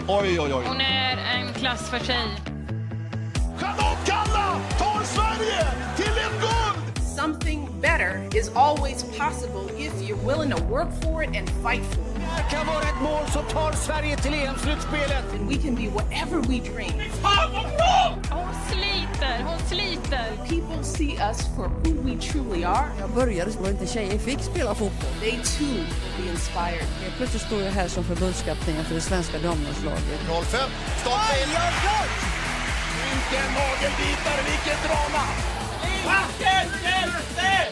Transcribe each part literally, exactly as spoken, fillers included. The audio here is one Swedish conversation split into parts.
Oj, oj, oj. Hon är en klass för sig. Charlotte Kalla tar Sverige till ett guld! Something better is always possible if you're willing to work for it and fight for it. Det här kan vara ett mål som tar Sverige till E M-slutspelet. And we can be whatever we dream. Fan vad bra! Hon sliter, hon sliter. People see us for who we truly are. Jag började så inte tjejer fick spela fotboll. They too will be inspired. Jag plötsligt står jag här som förbundskapten för det svenska damlandslaget. noll fem, stopp in! Vilken nagelbitare, vilket drama! Vilken hjälte!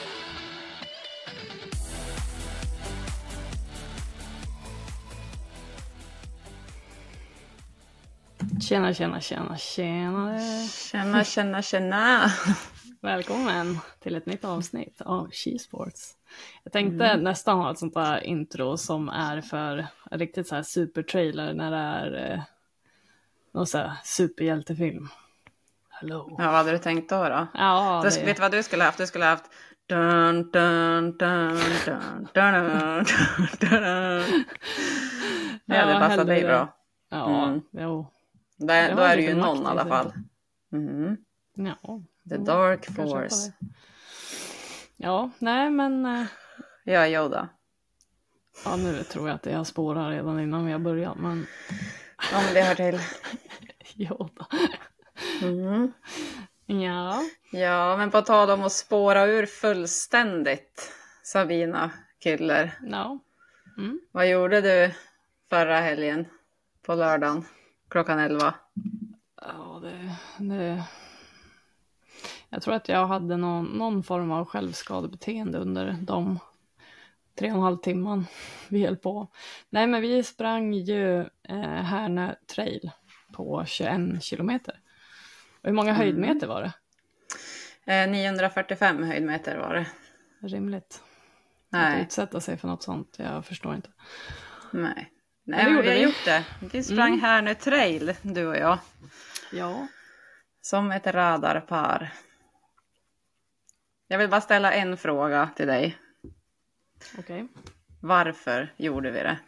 Tjena, tjena, tjena, tjena. Tjena, tjena, tjena. Välkommen till ett nytt avsnitt av Skisports. Jag tänkte mm. nästan ha ett sånt där intro som är för riktigt så här supertrailer när det är eh, någon så här superhjältefilm. Hello. Ja, vad hade du tänkt då då? Ja, du, det... Vet du vad du skulle ha haft? Du skulle ha haft dun, dun, dun, dun, dun, dun, dun. Det hade ja, passat dig bra. Ja, mm. jo. Där, då är det ju någon i alla fall. Mm. Ja. The Dark Force. Ja, nej men... Uh... Ja, Yoda. Ja, nu tror jag att jag spårar redan innan vi har börjat, men... Ja, men det hör till. Yoda. Mm. Ja. Ja, men på tal om att spåra ur fullständigt, Sabina Kyller. Ja. Mm. Vad gjorde du förra helgen på lördagen klockan elva? Ja, det, det... Jag tror att jag hade någon, någon form av självskadebeteende under de tre och en halv timman vi höll på. Nej, men vi sprang ju eh, Härnö Trail på tjugoen kilometer. Och hur många mm. höjdmeter var det? Eh, niohundrafyrtiofem höjdmeter var det. Rimligt. Nej. Att utsätta sig för något sånt, jag förstår inte. Nej, Nej men, men vi har vi. gjort det. Vi sprang mm. Härnö Trail, du och jag. Ja. Som ett radarpar. Jag vill bara ställa en fråga till dig. Okej. Okay. Varför gjorde vi det?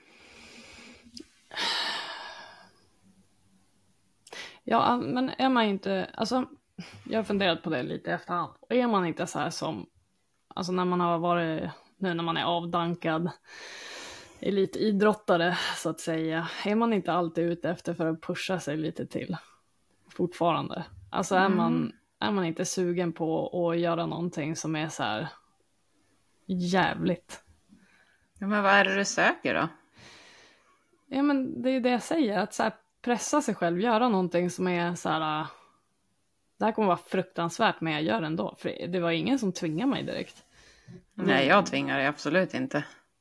Ja, men är man inte... Alltså, jag har funderat på det lite efterhand. Är man inte så här som... Alltså när man har varit... Nu när man är avdankad elitidrottare, så att säga. Är man inte alltid ute efter för att pusha sig lite till? Fortfarande. Alltså är man... Mm. Är man inte sugen på att göra någonting som är så här jävligt? Ja, men vad är det du söker då? Ja, men det är det jag säger. Att så här pressa sig själv. Göra någonting som är så här... Det här kommer vara fruktansvärt, men jag gör det ändå. För det var ingen som tvingade mig direkt. Nej, jag tvingar dig absolut inte.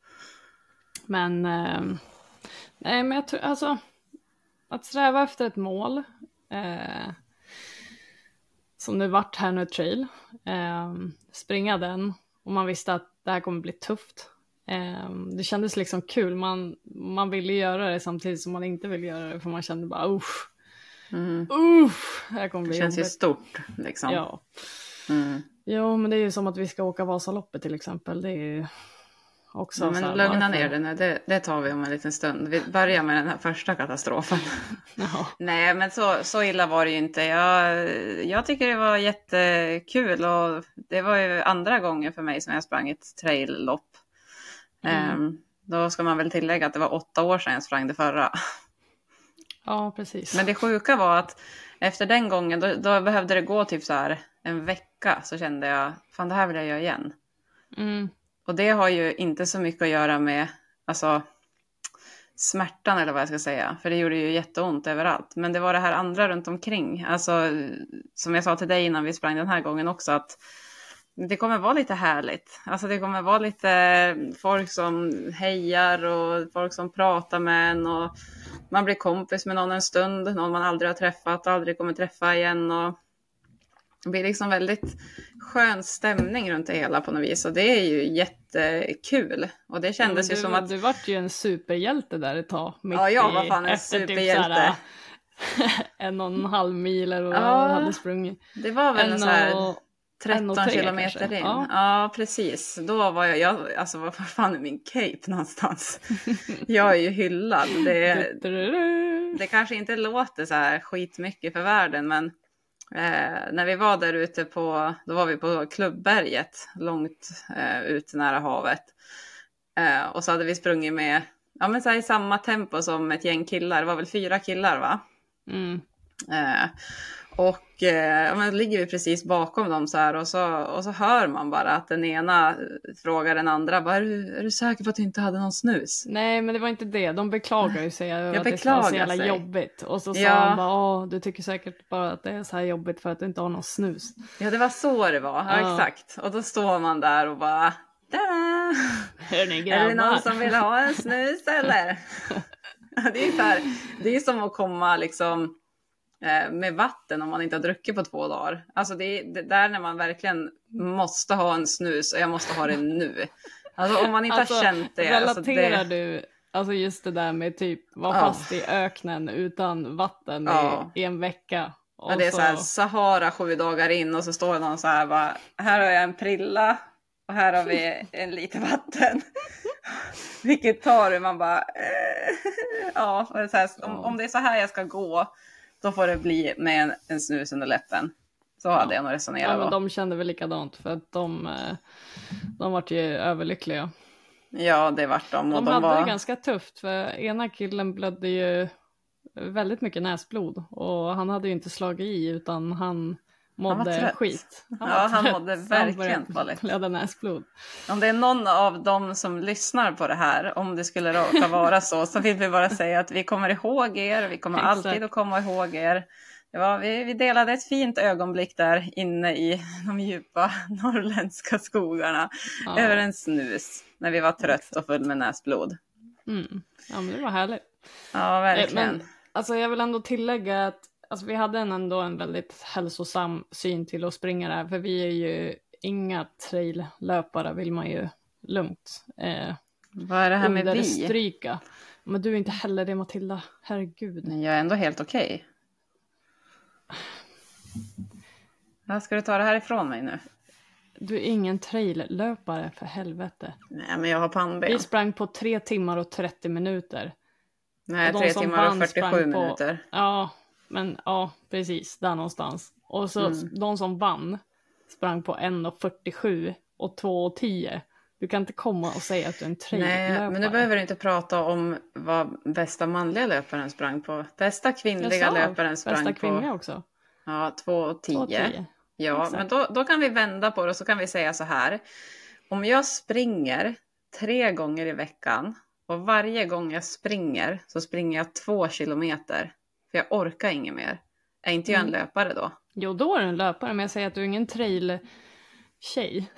Men... Eh, nej, men jag tror... Alltså... Att sträva efter ett mål... Eh, som nu vart här nu trail, eh, springa den och man visste att det här kommer bli tufft. Eh, det kändes liksom kul, man, man ville göra det samtidigt som man inte ville göra det, för man kände bara usch, mm. usch, det här kommer bli det känns jobbigt. Ju stort liksom. Ja. Mm. Jo, men det är ju som att vi ska åka Vasaloppet till exempel, det är ju också ja, men så här, lugna varför... ner det nu, det, det tar vi om en liten stund. Vi börjar med den här första katastrofen. Ja. Nej, men så, så illa var det ju inte. Jag, jag tycker det var jättekul och det var ju andra gången för mig som jag sprang ett trail-lopp. Mm. Um, då ska man väl tillägga att det var åtta år sedan jag sprang det förra. Ja, precis. Men det sjuka var att efter den gången, då, då behövde det gå typ så här en vecka, så kände jag, fan det här vill jag göra igen. Mm. Och det har ju inte så mycket att göra med alltså, smärtan eller vad jag ska säga. För det gjorde ju jätteont överallt. Men det var det här andra runt omkring. Alltså, som jag sa till dig innan vi sprang den här gången också. Att det kommer vara lite härligt. Alltså det kommer vara lite folk som hejar och folk som pratar med en. Och man blir kompis med någon en stund. Någon man aldrig har träffat och aldrig kommer träffa igen. Och det blir liksom väldigt skön stämning runt det hela på något vis. Och det är ju jättekul. Och det kändes ja, du, ju som att... Du vart ju en superhjälte där ett tag. Mitt ja, jag var fan en efter superhjälte. Typ en och en halv mil och ja, hade sprungit. Det var väl en så här... och tretton kilometer kanske. in. Ja. Ja, precis. Då var jag, jag alltså vad fan är min cape någonstans? Jag är ju hyllad. Det, det kanske inte låter så här skitmycket för världen, men eh, när vi var där ute på, då var vi på Klubbberget, långt eh, ut nära havet. Eh, och så hade vi sprungit med, ja men så här i samma tempo som ett gäng killar, det var väl fyra killar va? Mm. Eh, och eh, ja, men ligger vi precis bakom dem så här och så, och så hör man bara att den ena frågar den andra, bara, är, du, är du säker på att du inte hade någon snus? Nej, men det var inte det. De beklagar ju sig över att det beklagar var så jävla sig. jobbigt. Och så sa Ja. han bara, åh, du tycker säkert bara att det är så här jobbigt för att du inte har någon snus. Ja, det var så det var, ja, Ja. exakt. Och då står man där och bara, tada! Hörni Är det någon grabbar. som vill ha en snus eller? Det är så här, det är som att komma liksom eh, med vatten om man inte har druckit på två dagar. Alltså det är det där när man verkligen måste ha en snus och jag måste ha det nu. Alltså om man inte Alltså, har känt det. Alltså relaterar det... du, alltså just det där med typ vara Ja. fast i öknen utan vatten Ja. i, i en vecka. Och Ja, det är så här Sahara sju dagar in och så står det någon så här bara, här har jag en prilla och här har vi en liter vatten. Vilket tar du? Man bara, eh, ja, och det är så här, om, om det är så här jag ska gå, då får det bli med en, en snus under läppen. Så hade jag nog resonerat. Ja, men då. de kände väl likadant för att de, eh, de vart ju överlyckliga. Ja, det vart de. Och De, de hade var... det ganska tufft för ena killen blödde ju väldigt mycket näsblod och han hade ju inte slagit i utan han mådde Han var trött. skit. Ja, han trött, mådde så han verkligen började dåligt. blöda näsblod. Om det är någon av dem som lyssnar på det här, om det skulle råka vara så, så vill vi bara säga att vi kommer ihåg er. Vi kommer Exakt. alltid att komma ihåg er. Det var, vi, vi delade ett fint ögonblick där inne i de djupa norrländska skogarna. Ja. Över en snus. När vi var trött och full med näsblod. Mm. Ja, men det var härligt. Ja, verkligen. Men alltså jag vill ändå tillägga att alltså, vi hade en ändå en väldigt hälsosam syn till att springa där. För vi är ju inga traillöpare vill man ju lugnt eh, Vad är det här med vi? understryka. Men du är inte heller det, Matilda. Herregud. Men jag är ändå helt okej. Vad ska du ta det här ifrån mig nu? Du är ingen traillöpare för helvete. Nej, men jag har pannben. Vi sprang på tre timmar och trettio minuter. Nej, Och de tre som timmar och vann fyrtiosju sprang på- minuter. Ja, men ja, precis. Där någonstans. Och så Mm. de som vann sprang på en fyrtiosju och två tio. Du kan inte komma och säga att du är en traillöpare. Nej, men nu behöver du inte prata om vad bästa manliga löparen sprang på. Bästa kvinnliga löparen sprang bästa på kvinnliga också. ja, två två tio. tio. Ja, Exakt. men då, då kan vi vända på det och så kan vi säga så här. Om jag springer tre gånger i veckan och varje gång jag springer så springer jag två kilometer. För jag orkar inget mer. Är inte jag en Mm. löpare då? Jo, då är du en löpare, men jag säger att du är ingen trail-tjej.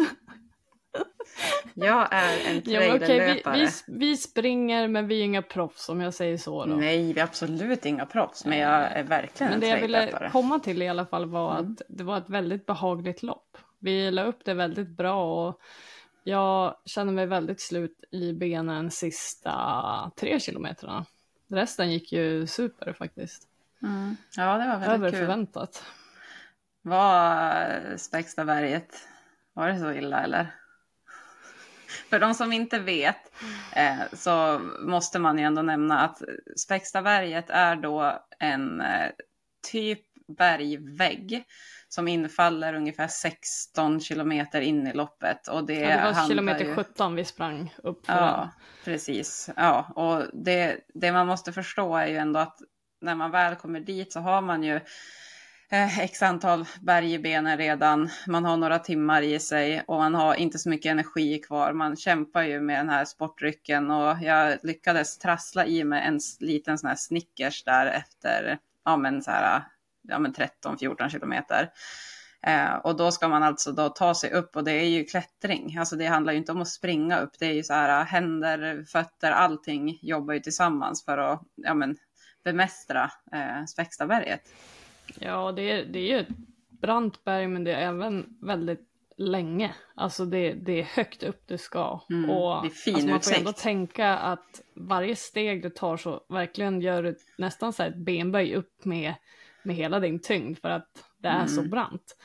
Jag är en Ja, men okej, vi, traillöpare. vi, vi springer, men vi är inga proffs, om jag säger så då. Nej, vi är absolut inga proffs, men jag är verkligen Men en det jag ville traillöpare. komma till i alla fall var Mm. att det var ett väldigt behagligt lopp. Vi la upp det väldigt bra och jag kände mig väldigt slut i benen sista tre kilometrarna. Resten gick ju super faktiskt. Mm. Ja, det var väldigt Över kul. förväntat. Var Späckstaberget, var det så illa eller? För de som inte vet eh, så måste man ju ändå nämna att Späckstaberget är då en eh, typ bergvägg som infaller ungefär sexton kilometer in i loppet. Och det, Ja, det var handlar kilometer ju... sjutton vi sprang upp för Ja, precis. Ja, och det, det man måste förstå är ju ändå att när man väl kommer dit så har man ju eh, x antal berg i benen redan. Man har några timmar i sig och man har inte så mycket energi kvar. Man kämpar ju med den här sportdrycken och jag lyckades trassla i mig en s- liten sån här Snickers där efter ja, men så här, ja, men tretton fjorton kilometer. Eh, och då ska man alltså då ta sig upp och det är ju klättring. Alltså det handlar ju inte om att springa upp. Det är ju så här händer, fötter, allting jobbar ju tillsammans för att ja, men, bemästra eh, Späckstaberget. Ja, det är, det är ju ett brant berg, men det är även väldigt länge. Alltså det, det är högt upp du ska. Mm, och det är fin alltså man får utsikt. ändå tänka att varje steg du tar så verkligen gör du nästan så här ett benböj upp med, med hela din tyngd för att det är Mm. så brant.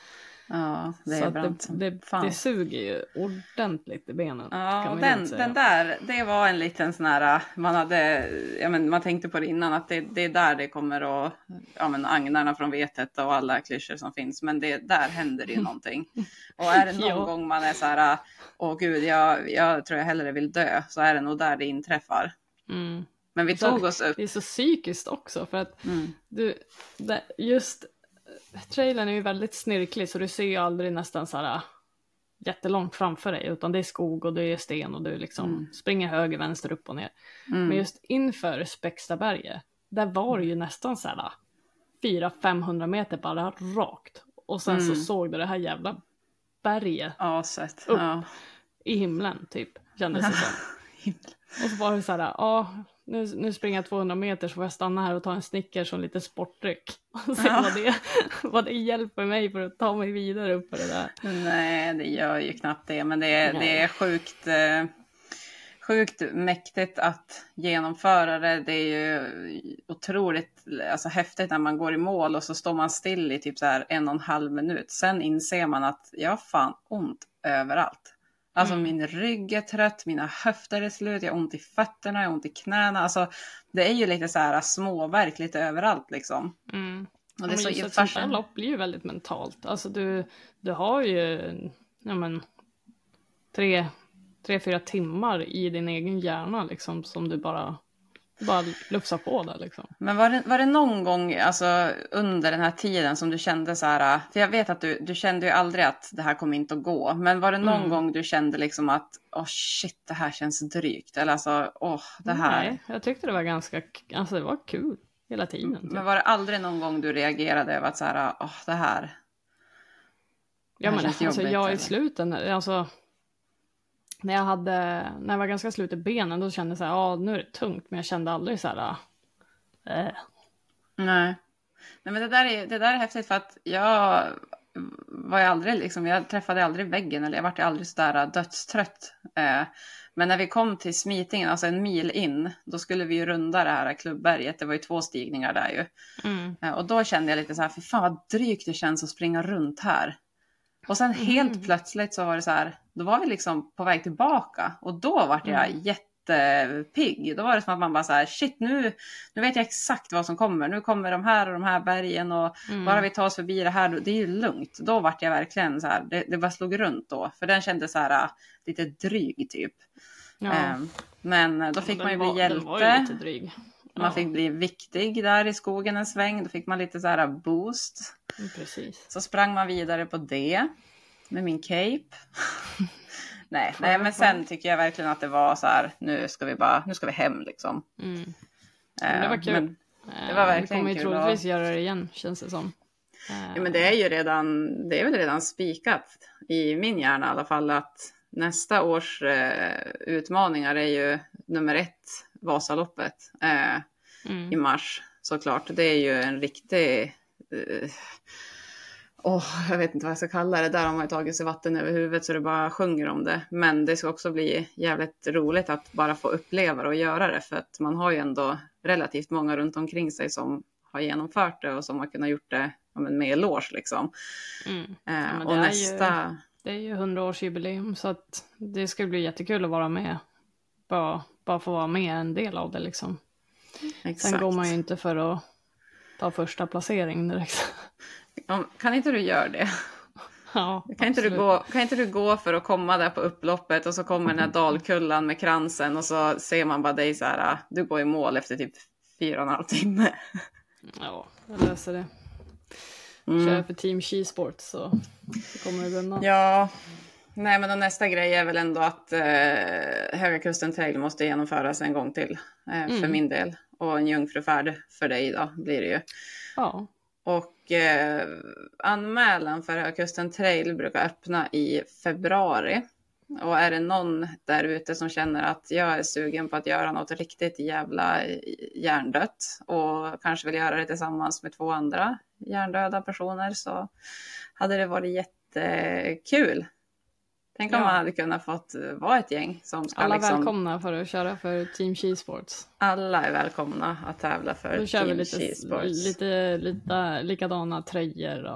Ja, det Så är att brant det, som det, fan. det suger ju ordentligt i benen. Ja, kan och man den, lugnt säga. den där, det var en liten sån här, man hade, ja men man tänkte på det innan att det, det är där det kommer att, ja men agnarna från vetet och alla klyschor som finns, men det, där händer det ju någonting. Och är det någon Ja. gång man är så här, åh gud, jag, jag tror jag hellre vill dö, så är det nog där det inträffar. Mm. Men vi Så tog oss upp. Det är så psykiskt också för att Mm. du, det, just trailern är ju väldigt snirklig så du ser ju aldrig nästan så här jättelångt framför dig utan det är skog och det är sten och du liksom Mm. springer höger, vänster, upp och ner. Mm. Men just inför Späckstaberget, där var det ju nästan så här fyra till femhundra meter bara rakt och sen Mm. så såg du det här jävla berget Aset. Upp. Ja. i himlen typ, kändes det som. Och så var det så här, ja, nu, nu springer jag tvåhundra meter så får jag stanna här och ta en Snickers och lite sportdryck. Och se Ja. vad, det, vad det hjälper mig för att ta mig vidare upp på det där. Nej, det gör ju knappt det, men det är, det är sjukt, eh, sjukt mäktigt att genomföra det. Det är ju otroligt alltså, häftigt när man går i mål och så står man still i typ så här en och en halv minut. Sen inser man att jag har fan ont överallt. Alltså Mm. min rygg är trött, mina höfter är slut, jag har ont i fötterna, jag har ont i knäna. Alltså det är ju lite så här småverk lite överallt liksom. Mm. Och Ja, det är men så just ett sånt där fascinerande. lopp blir ju väldigt mentalt. Alltså du, du har ju ja, men, tre, tre, fyra timmar i din egen hjärna liksom, som du bara, bara lufsar på där liksom. Men var det, var det någon gång alltså, under den här tiden som du kände så här, för jag vet att du, du kände ju aldrig att det här kommer inte att gå, men var det någon Mm. gång du kände liksom att åh oh shit, det här känns drygt, eller alltså åh det här. Nej, jag tyckte det var ganska, alltså det var kul hela tiden. Typ. Men var det aldrig någon gång du reagerade över att så här, åh oh, det här. Ja det här men känns alltså jobbigt, jag eller? i sluten, alltså när jag hade, när jag var ganska slut i benen då kände jag så här, ja nu är det tungt, men jag kände aldrig så här, äh. Nej. Nej, men det där är, det där är häftigt för att jag var ju aldrig liksom, jag träffade aldrig väggen eller jag var aldrig så där dödstrött. Eh, men när vi kom till Smitingen, alltså en mil in, då skulle vi ju runda det här klubbberget. Det var ju två stigningar där ju. Mm. Eh, och då kände jag lite så här, för fan vad drygt det känns att springa runt här. Och sen helt Mm. plötsligt så var det så här, då var vi liksom på väg tillbaka. Och då var jag Mm. jättepigg. Då var det som att man bara så här, shit nu, nu vet jag exakt vad som kommer. Nu kommer de här och de här bergen och Mm. bara vi tar oss förbi det här, det är ju lugnt. Då var jag verkligen så här, det, det bara slog runt då. För den kändes så här lite dryg typ. Ja. Ehm, men då fick Ja, man ju den bli var, den var ju hjälte. lite dryg. Ja, Man fick bli viktig där i skogen en sväng. Då fick man lite så här boost. precis. Så sprang man vidare på det med min cape. nej, nej, men sen tycker jag verkligen att det var så här, nu ska vi bara, nu ska vi hem liksom. Mm. Men det var Eh, kul. Men, det var Eh, verkligen Vi kommer ju kul troligtvis och- göra det igen, känns det som. Eh, ja, men det är ju redan, det är väl redan spikat i min hjärna i alla fall att nästa års eh, utmaningar är ju nummer ett, Vasaloppet eh, mm. i mars såklart. Det är ju en riktig, eh, åh, jag vet inte vad jag ska kalla det, där har man ju tagit sig vatten över huvudet så det bara sjunger om det. Men det ska också bli jävligt roligt att bara få uppleva det och göra det, för att man har ju ändå relativt många runt omkring sig som har genomfört det och som har kunnat gjort det ja, men med eloge liksom. Mm. Eh, men och det är nästa... Det är ju hundraårsjubileum så att det ska bli jättekul att vara med. Bara, bara få vara med en del av det liksom. Exakt. Sen går man ju inte för att ta första placering direkt. Ja, kan inte du göra det? Ja, Kan inte, du absolut. gå, kan inte du gå för att komma där på upploppet och så kommer den här dalkullan med kransen och så ser man bara dig så här, du går i mål efter typ fyra och en halv timme. Ja, jag löser det. Mm. Kör för Team Skisport så, så kommer det gå undan. Ja, nej men då nästa grej är väl ändå att eh, Höga Kusten Trail måste genomföras en gång till eh, Mm. för min del. Och en jungfrufärd för dig då blir det ju. Ja. Och eh, anmälan för Höga Kusten Trail brukar öppna i februari. Och är det någon där ute som känner att jag är sugen på att göra något riktigt jävla hjärndött och kanske vill göra det tillsammans med två andra hjärndöda personer så hade det varit jättekul. Tänk om Ja. man hade kunnat fått vara ett gäng som ska Alla liksom... välkomna för att köra för Team Skisports. Alla är välkomna att tävla för Då kör vi Team lite, Skisports. lite, lite likadana tröjor och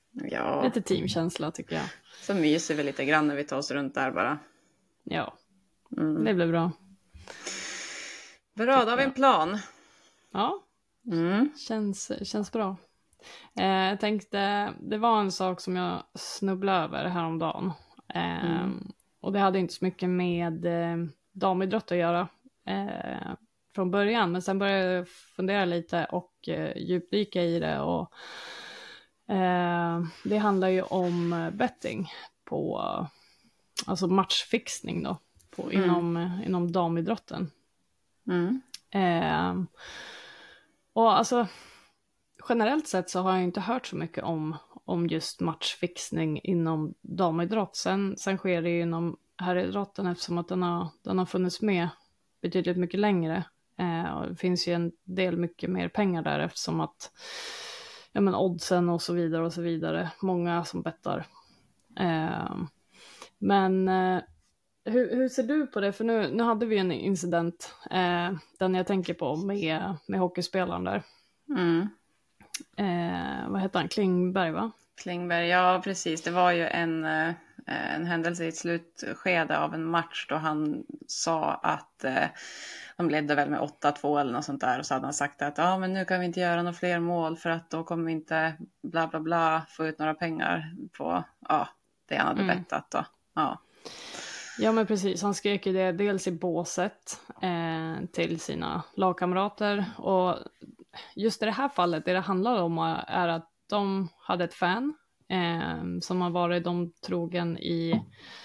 Ja. Lite teamkänsla tycker jag. Så myser vi lite grann när vi tar oss runt där bara. Ja, Mm. det blir bra. Bra, då har vi en plan. Ja, Mm. känns, känns bra. Eh, jag tänkte, det var en sak som jag snubblade över häromdagen. Eh, Mm. Och det hade inte så mycket med eh, damidrott att göra eh, från början. Men sen började jag fundera lite och eh, djupdyka i det. Och, eh, det handlar ju om betting på, alltså matchfixning då, på, Mm. inom, inom damidrotten. Mm. Eh, och alltså generellt sett så har jag inte hört så mycket om, om just matchfixning inom damidrott. Sen, sen sker det ju inom herridrotten eftersom att den har, den har funnits med betydligt mycket längre. Eh, och det finns ju en del mycket mer pengar där eftersom att ja, men oddsen och så vidare och så vidare. Många som bettar. Eh, men eh, hur, hur ser du på det? För nu, nu hade vi en incident, eh, den jag tänker på med, med hockeyspelaren där. Mm. Eh, vad heter han? Klingberg, va? Klingberg, ja precis. Det var ju en, eh, en händelse i ett slutskede av en match då han sa att eh, de ledde väl med åtta två eller något sånt där. Och så hade han sagt att ja, men nu kan vi inte göra några fler mål för att då kommer vi inte bla bla bla få ut några pengar på ja, det han hade Mm. bettat då. Ja. Ja, men precis. Han skrek ju det dels i båset eh, till sina lagkamrater. Och just i det här fallet, det det handlar om är att de hade ett fan eh, som har varit de trogen i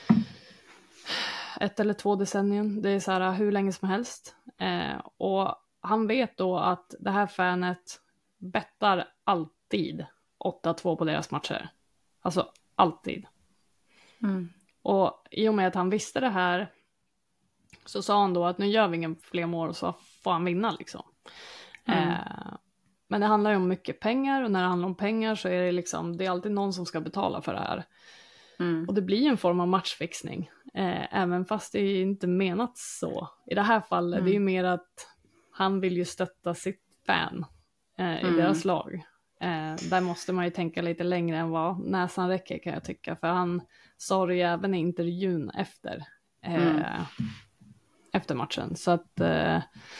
ett eller två decennier. Det är så här hur länge som helst. Eh, och han vet då att det här fanet bettar alltid åtta två på deras matcher. Alltså alltid. Mm. Och i och med att han visste det här så sa han då att nu gör vi ingen fler mål så får han vinna liksom. Mm. Eh, men det handlar ju om mycket pengar och när det handlar om pengar så är det liksom, det är alltid någon som ska betala för det här. Mm. Och det blir en form av matchfixning. Eh, även fast det är inte menat så. I det här fallet, Mm. det är ju mer att han vill ju stötta sitt fan eh, i Mm. deras lag. Eh, där måste man ju tänka lite längre än vad näsan räcker kan jag tycka. För han sa det ju även i intervjun efter, eh, Mm. efter matchen. Så att eh,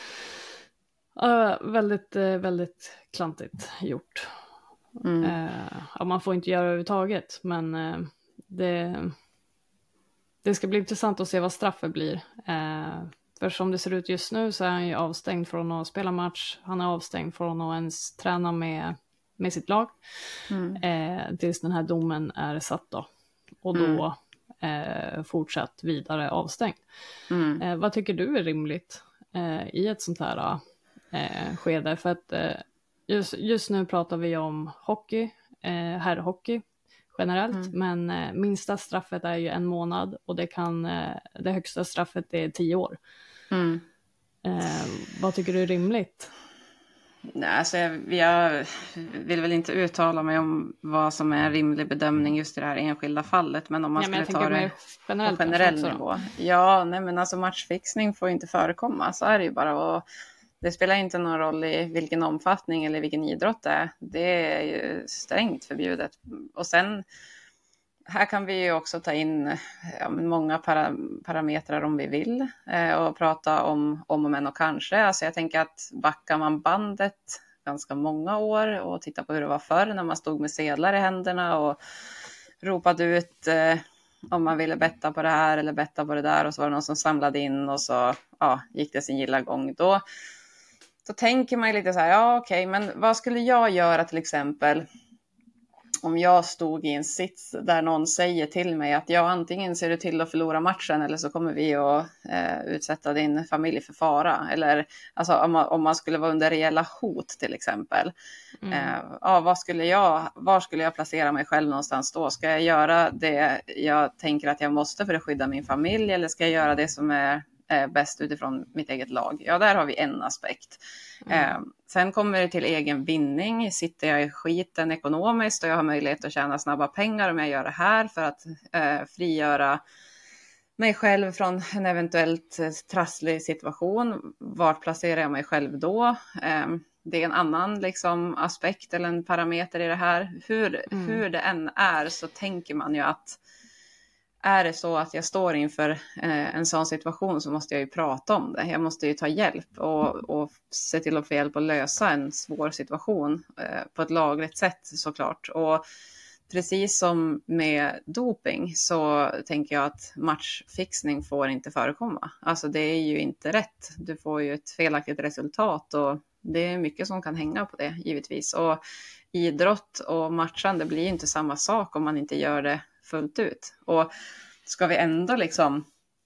uh, väldigt, uh, väldigt klantigt gjort. Mm. Uh, ja, man får inte göra överhuvudtaget, men uh, det, det ska bli intressant att se vad straffet blir. Uh, för som det ser ut just nu så är han ju avstängd från att spela match. Han är avstängd från att ens träna med, med sitt lag. Mm. Eh, tills den här domen är satt då. Och då eh, fortsatt vidare avstängd. Mm. Eh, vad tycker du är rimligt eh, i ett sånt här eh, skede? För att eh, just, just nu pratar vi om hockey, eh, herrhockey generellt. Mm. Men eh, minsta straffet är ju en månad och det, kan, eh, det högsta straffet är tio år. Mm. Eh, vad tycker du är rimligt? Nej, alltså jag, jag vill väl inte uttala mig om vad som är en rimlig bedömning just i det här enskilda fallet. Men om man Ja, men skulle jag ta det mer generellt på generell också då. nivå. Ja, nej men alltså matchfixning får ju inte förekomma. Så är det ju bara. Och det spelar inte någon roll i vilken omfattning eller vilken idrott det är. Det är ju strängt förbjudet. Och sen här kan vi ju också ta in ja, många para, parametrar om vi vill eh, och prata om om och men och kanske. Alltså jag tänker att backar man bandet ganska många år och tittar på hur det var förr när man stod med sedlar i händerna och ropade ut eh, om man ville betta på det här eller betta på det där och så var det någon som samlade in och så ja, gick det sin gilla gång. Då, då tänker man ju lite så här, ja okej, okay, men vad skulle jag göra till exempel om jag stod i en sits där någon säger till mig att ja, antingen ser du till att förlora matchen eller så kommer vi att eh, utsätta din familj för fara. Eller alltså, om, man, om man skulle vara under reella hot till exempel. Mm. Eh, ja, vad skulle jag, var skulle jag placera mig själv någonstans då? Ska jag göra det jag tänker att jag måste för att skydda min familj eller ska jag göra det som är eh, bäst utifrån mitt eget lag? Ja, där har vi en aspekt. Mm. Eh, sen kommer det till egen vinning. Sitter jag i skiten ekonomiskt och jag har möjlighet att tjäna snabba pengar om jag gör det här för att eh, frigöra mig själv från en eventuellt trasslig situation. Vart placerar jag mig själv då? Det är en annan liksom aspekt eller en parameter i det här. Hur, mm. hur det än är så tänker man ju att är det så att jag står inför eh, en sån situation så måste jag ju prata om det. Jag måste ju ta hjälp och, och se till att få hjälp att lösa en svår situation eh, på ett lagligt sätt såklart. Och precis som med doping så tänker jag att matchfixning får inte förekomma. Alltså det är ju inte rätt. Du får ju ett felaktigt resultat och det är mycket som kan hänga på det givetvis. Och idrott och matchande blir inte samma sak om man inte gör det fullt ut. Och ska vi ändå liksom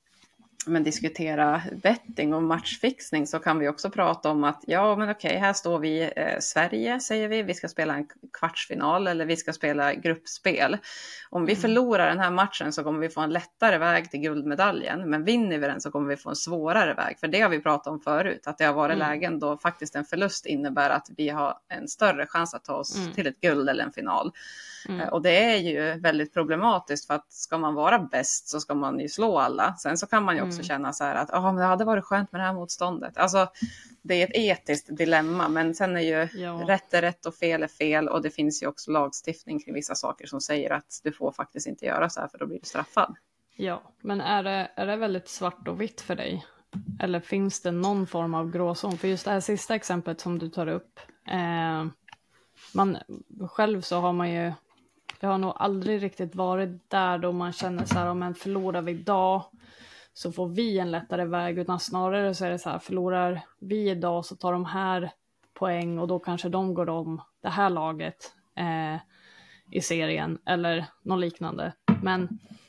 men diskutera betting och matchfixning så kan vi också prata om att ja men okej, här står vi eh, Sverige säger vi, vi ska spela en kvartsfinal eller vi ska spela gruppspel. Om vi förlorar den här matchen så kommer vi få en lättare väg till guldmedaljen, men vinner vi den så kommer vi få en svårare väg, för det har vi pratat om förut, att det har varit mm. lägen då faktiskt en förlust innebär att vi har en större chans att ta oss mm. till ett guld eller en final. Mm. Och det är ju väldigt problematiskt, för att ska man vara bäst så ska man ju slå alla. Sen så kan man ju också mm. känna så här att oh, men det hade varit skönt med det här motståndet. Alltså det är ett etiskt dilemma, men sen är ju ja. rätt är rätt och fel är fel, och det finns ju också lagstiftning kring vissa saker som säger att du får faktiskt inte göra så här för då blir du straffad. Ja, men är det, är det väldigt svart och vitt för dig? Eller finns det någon form av gråzon? För just det här sista exemplet som du tar upp, eh, man, själv så har man ju, jag har nog aldrig riktigt varit där då man känner så här, om man förlorar vi idag så får vi en lättare väg, utan snarare så är det så här, förlorar vi idag så tar de här poäng och då kanske de går om det här laget eh, i serien eller något liknande. Men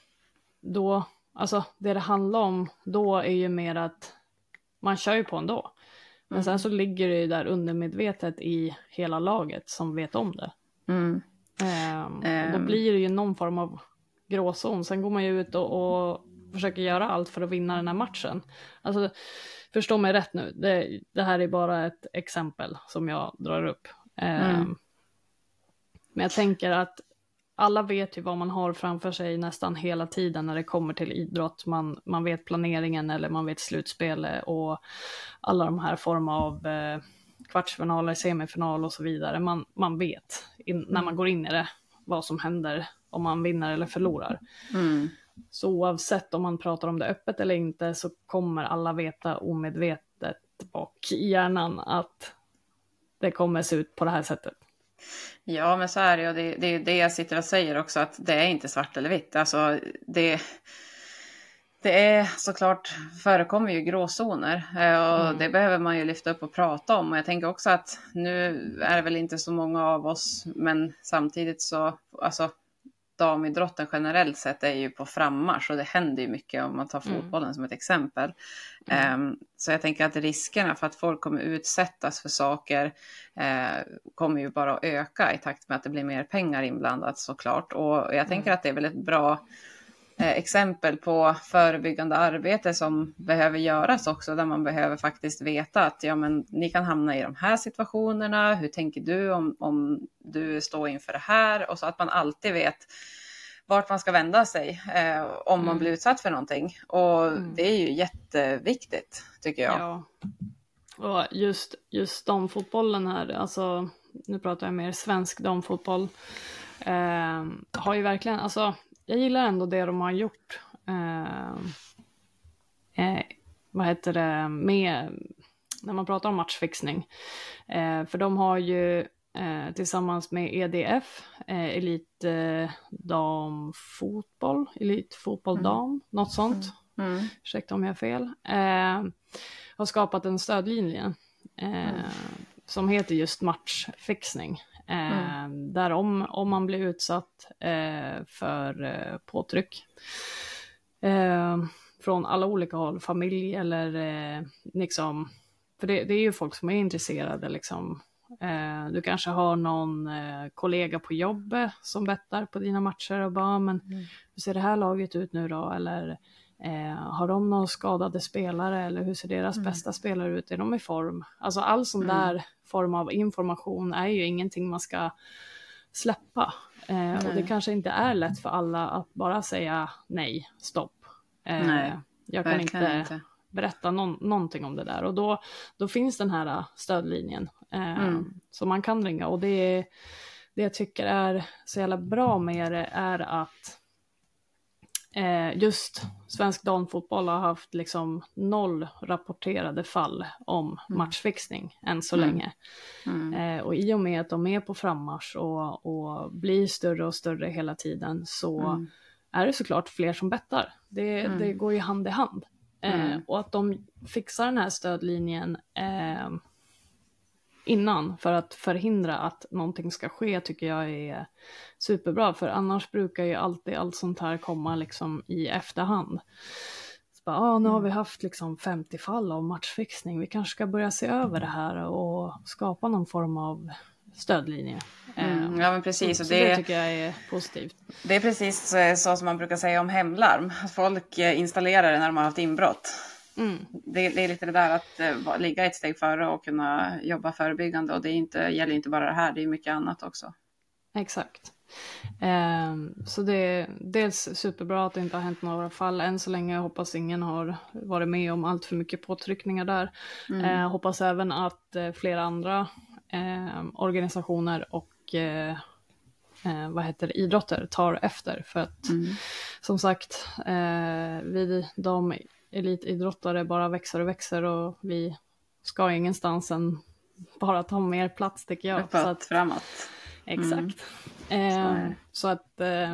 då, alltså det det handlar om då är ju mer att man kör ju på ändå. Men mm. sen så ligger det ju där undermedvetet i hela laget som vet om det. Mm. Um, och då blir det ju någon form av gråzon. Sen går man ju ut och, och försöker göra allt för att vinna den här matchen. Alltså, förstå mig rätt nu. Det, det här är bara ett exempel som jag drar upp. Um, mm. Men jag tänker att alla vet ju vad man har framför sig nästan hela tiden när det kommer till idrott. Man, man vet planeringen eller man vet slutspelet och alla de här former av eh, kvartsfinaler, semifinal och så vidare. Man, man vet in, när man går in i det vad som händer om man vinner eller förlorar. Mm. Så oavsett om man pratar om det öppet eller inte så kommer alla veta omedvetet bak i hjärnan att det kommer se ut på det här sättet. Ja, men så är det, och det, det är det jag sitter och säger också, att det är inte svart eller vitt. Alltså det, det är såklart, förekommer ju gråzoner och mm. det behöver man ju lyfta upp och prata om. Och jag tänker också att nu är det väl inte så många av oss, men samtidigt så, alltså damidrotten generellt sett är ju på frammarsch och det händer ju mycket om man tar fotbollen mm. som ett exempel. Mm. Um, så jag tänker att riskerna för att folk kommer utsättas för saker uh, kommer ju bara att öka i takt med att det blir mer pengar inblandat såklart. Och jag mm. tänker att det är väl ett bra uh, exempel på förebyggande arbete som behöver göras också, där man behöver faktiskt veta att ja, men ni kan hamna i de här situationerna, hur tänker du om, om du står inför det här, och så att man alltid vet vart man ska vända sig eh, om mm. man blir utsatt för någonting. Och mm. det är ju jätteviktigt tycker jag. Ja. Och just, just damfotbollen här, alltså nu pratar jag mer svensk damfotboll, eh, har ju verkligen, alltså jag gillar ändå det de har gjort. Eh, eh, vad heter det, med, när man pratar om matchfixning. Eh, för de har ju Eh, tillsammans med E D F, eh, Elit eh, damfotboll, Elit fotboll mm. dam, något sånt. Mm. Mm. Ursäkta om jag har fel. Eh, har skapat en stödlinje eh, mm. som heter just matchfixning. Eh, mm. Där om, om man blir utsatt eh, för eh, påtryck eh, från alla olika håll, familj eller eh, liksom, för det, det är ju folk som är intresserade liksom. Du kanske har någon kollega på jobbet som bettar på dina matcher och bara, men mm. hur ser det här laget ut nu då? Eller eh, har de några skadade spelare? Eller hur ser deras mm. bästa spelare ut? Är de i form? Alltså all sån mm. där form av information är ju ingenting man ska släppa. Eh, och det kanske inte är lätt för alla att bara säga nej, stopp. Eh, Nej, jag kan inte, inte berätta någon, någonting om det där. Och då, då finns den här stödlinjen eh, mm. som man kan ringa. Och det, det jag tycker är så jävla bra med det är att eh, just svensk damfotboll har haft liksom noll rapporterade fall om mm. matchfixning än så mm. länge. Mm. Eh, och i och med att de är på frammarsch och, och blir större och större hela tiden så mm. är det såklart fler som bettar. Det, mm. det går ju hand i hand. Mm. Eh, och att de fixar den här stödlinjen eh, innan för att förhindra att någonting ska ske tycker jag är superbra. För annars brukar ju alltid allt sånt här komma liksom i efterhand. Så bara, ah, nu har vi haft liksom femtio fall av matchfixning. Vi kanske ska börja se över det här och skapa någon form av stödlinje. Mm, ja men precis. Så, och så det, det tycker jag är positivt. Det är precis så som man brukar säga om hemlarm. Folk installerar det när de har haft inbrott. Mm. Det, det är lite det där att uh, ligga ett steg före och kunna jobba förebyggande. Och det är inte, gäller inte bara det här, det är mycket annat också. Exakt. Um, så det är dels superbra att det inte har hänt några fall än så länge. Jag hoppas ingen har varit med om allt för mycket påtryckningar där. Mm. Jag uh, hoppas även att uh, flera andra uh, organisationer och uh, uh, vad heter det, idrotter tar efter. För att mm. som sagt, uh, vi de elitidrottare bara växer och växer och vi ska ingenstans än bara ta mer plats tycker jag. Uppåt, så att, framåt. Exakt. Mm. Eh, så att eh,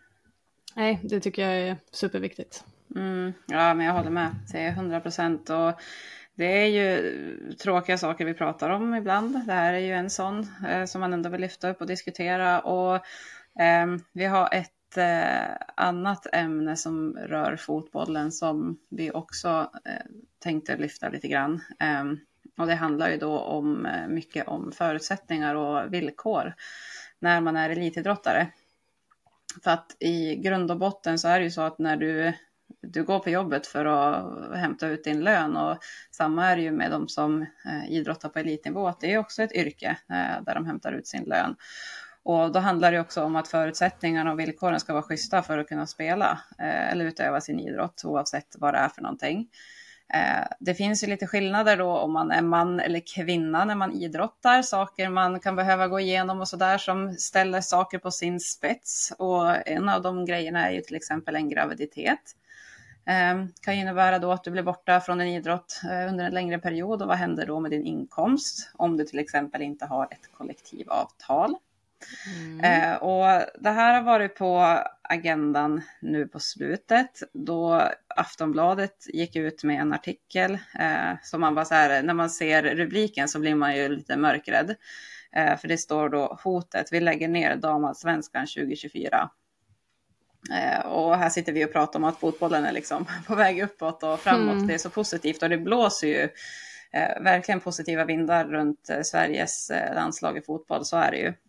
nej, det tycker jag är superviktigt. Mm, ja, men jag håller med. Det är hundra procent och det är ju tråkiga saker vi pratar om ibland. Det här är ju en sån eh, som man ändå vill lyfta upp och diskutera och eh, vi har ett eh, annat ämne som rör fotbollen som vi också eh, tänkte lyfta lite grann. Eh, och det handlar ju då om mycket om förutsättningar och villkor när man är elitidrottare. För att i grund och botten så är det ju så att när du, du går på jobbet för att hämta ut din lön och samma är det ju med de som eh, idrottar på elitnivå att det är också ett yrke eh, där de hämtar ut sin lön. Och då handlar det också om att förutsättningarna och villkoren ska vara schyssta för att kunna spela eh, eller utöva sin idrott oavsett vad det är för någonting. Det finns ju lite skillnader då om man är man eller kvinna när man idrottar. Saker man kan behöva gå igenom och sådär som ställer saker på sin spets. Och en av de grejerna är ju till exempel en graviditet. Kan innebära då att du blir borta från en idrott under en längre period. Och vad händer då med din inkomst om du till exempel inte har ett kollektivavtal? Mm. Eh, och det här har varit på agendan nu på slutet då Aftonbladet gick ut med en artikel eh, som man var så här, när man ser rubriken så blir man ju lite mörkrädd eh, för det står då hotet, vi lägger ner damallsvenskan tjugo tjugofyra. Eh, och här sitter vi och pratar om att fotbollen är liksom på väg uppåt och framåt. Mm. Det är så positivt och det blåser ju eh, verkligen positiva vindar runt eh, Sveriges eh, landslag i fotboll, så är det ju.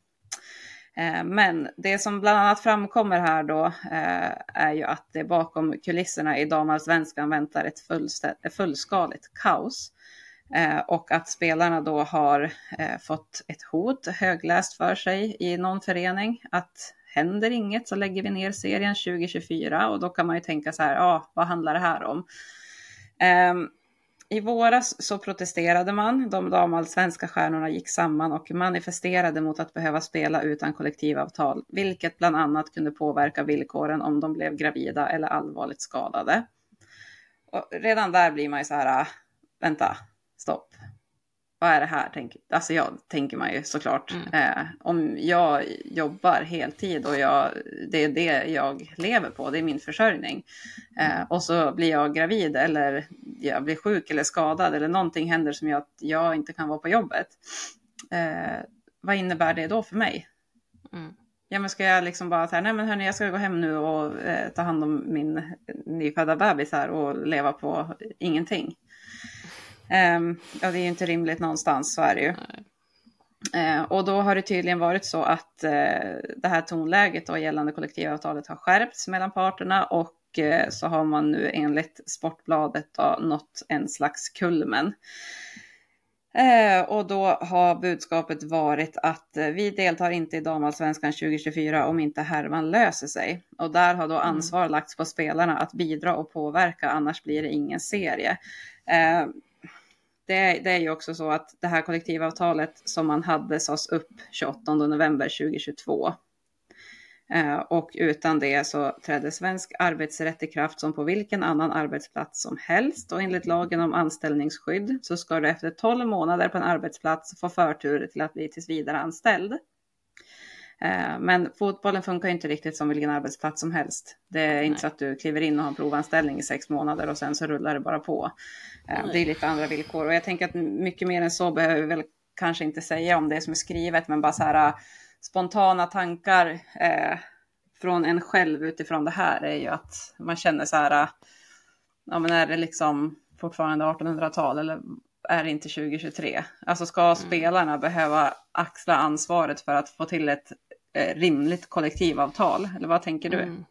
Men det som bland annat framkommer här då eh, är ju att det bakom kulisserna i damallsvenskan väntar ett fullstä- fullskaligt kaos. Eh, och att spelarna då har eh, fått ett hot högläst för sig i någon förening. Att händer inget så lägger vi ner serien tjugo tjugofyra. Och då kan man ju tänka så här, ja ah, vad handlar det här om? Eh, I våras så protesterade man, de damallsvenska stjärnorna gick samman och manifesterade mot att behöva spela utan kollektivavtal, vilket bland annat kunde påverka villkoren om de blev gravida eller allvarligt skadade. Och redan där blir man ju så här, vänta, stopp. Vad är det här? Tänk, alltså jag tänker man ju såklart. Mm. Eh, om jag jobbar heltid och jag, det är det jag lever på, det är min försörjning. Eh, och så blir jag gravid eller jag blir sjuk eller skadad eller någonting händer som gör att jag inte kan vara på jobbet. Eh, vad innebär det då för mig? Mm. Ja, men ska jag liksom bara säga, nej men hörni, jag ska gå hem nu och eh, ta hand om min nyfödda bebis här och leva på ingenting. Um, ja, det är ju inte rimligt någonstans, så är det ju. Uh, och då har det tydligen varit så att uh, det här tonläget och gällande kollektivavtalet har skärpts mellan parterna och uh, så har man nu enligt Sportbladet då, nått en slags kulmen. Eh, och då har budskapet varit att eh, vi deltar inte i damallsvenskan tjugo tjugofyra om inte Herman löser sig. Och där har då ansvar mm. lagts på spelarna att bidra och påverka, annars blir det ingen serie. Eh, det, det är ju också så att det här kollektivavtalet som man hade sades upp tjugoåttonde november tjugohundratjugotvå. Eh, och utan det så trädde svensk arbetsrätt i kraft som på vilken annan arbetsplats som helst. Och enligt lagen om anställningsskydd så ska du efter tolv månader på en arbetsplats få förtur till att bli tills vidare anställd. Eh, men fotbollen funkar inte riktigt som vilken arbetsplats som helst. Det är inte så att du kliver in och har en provanställning i sex månader och sen så rullar det bara på. Eh, det är lite andra villkor. Och jag tänker att mycket mer än så behöver vi väl kanske inte säga om det som är skrivet, men bara så här spontana tankar eh, från en själv utifrån det här är ju att man känner så här, ja men är det liksom fortfarande artonhundratal eller är det inte tjugo tjugotre? Alltså ska mm. spelarna behöva axla ansvaret för att få till ett eh, rimligt kollektivavtal? Eller vad tänker du? Mm.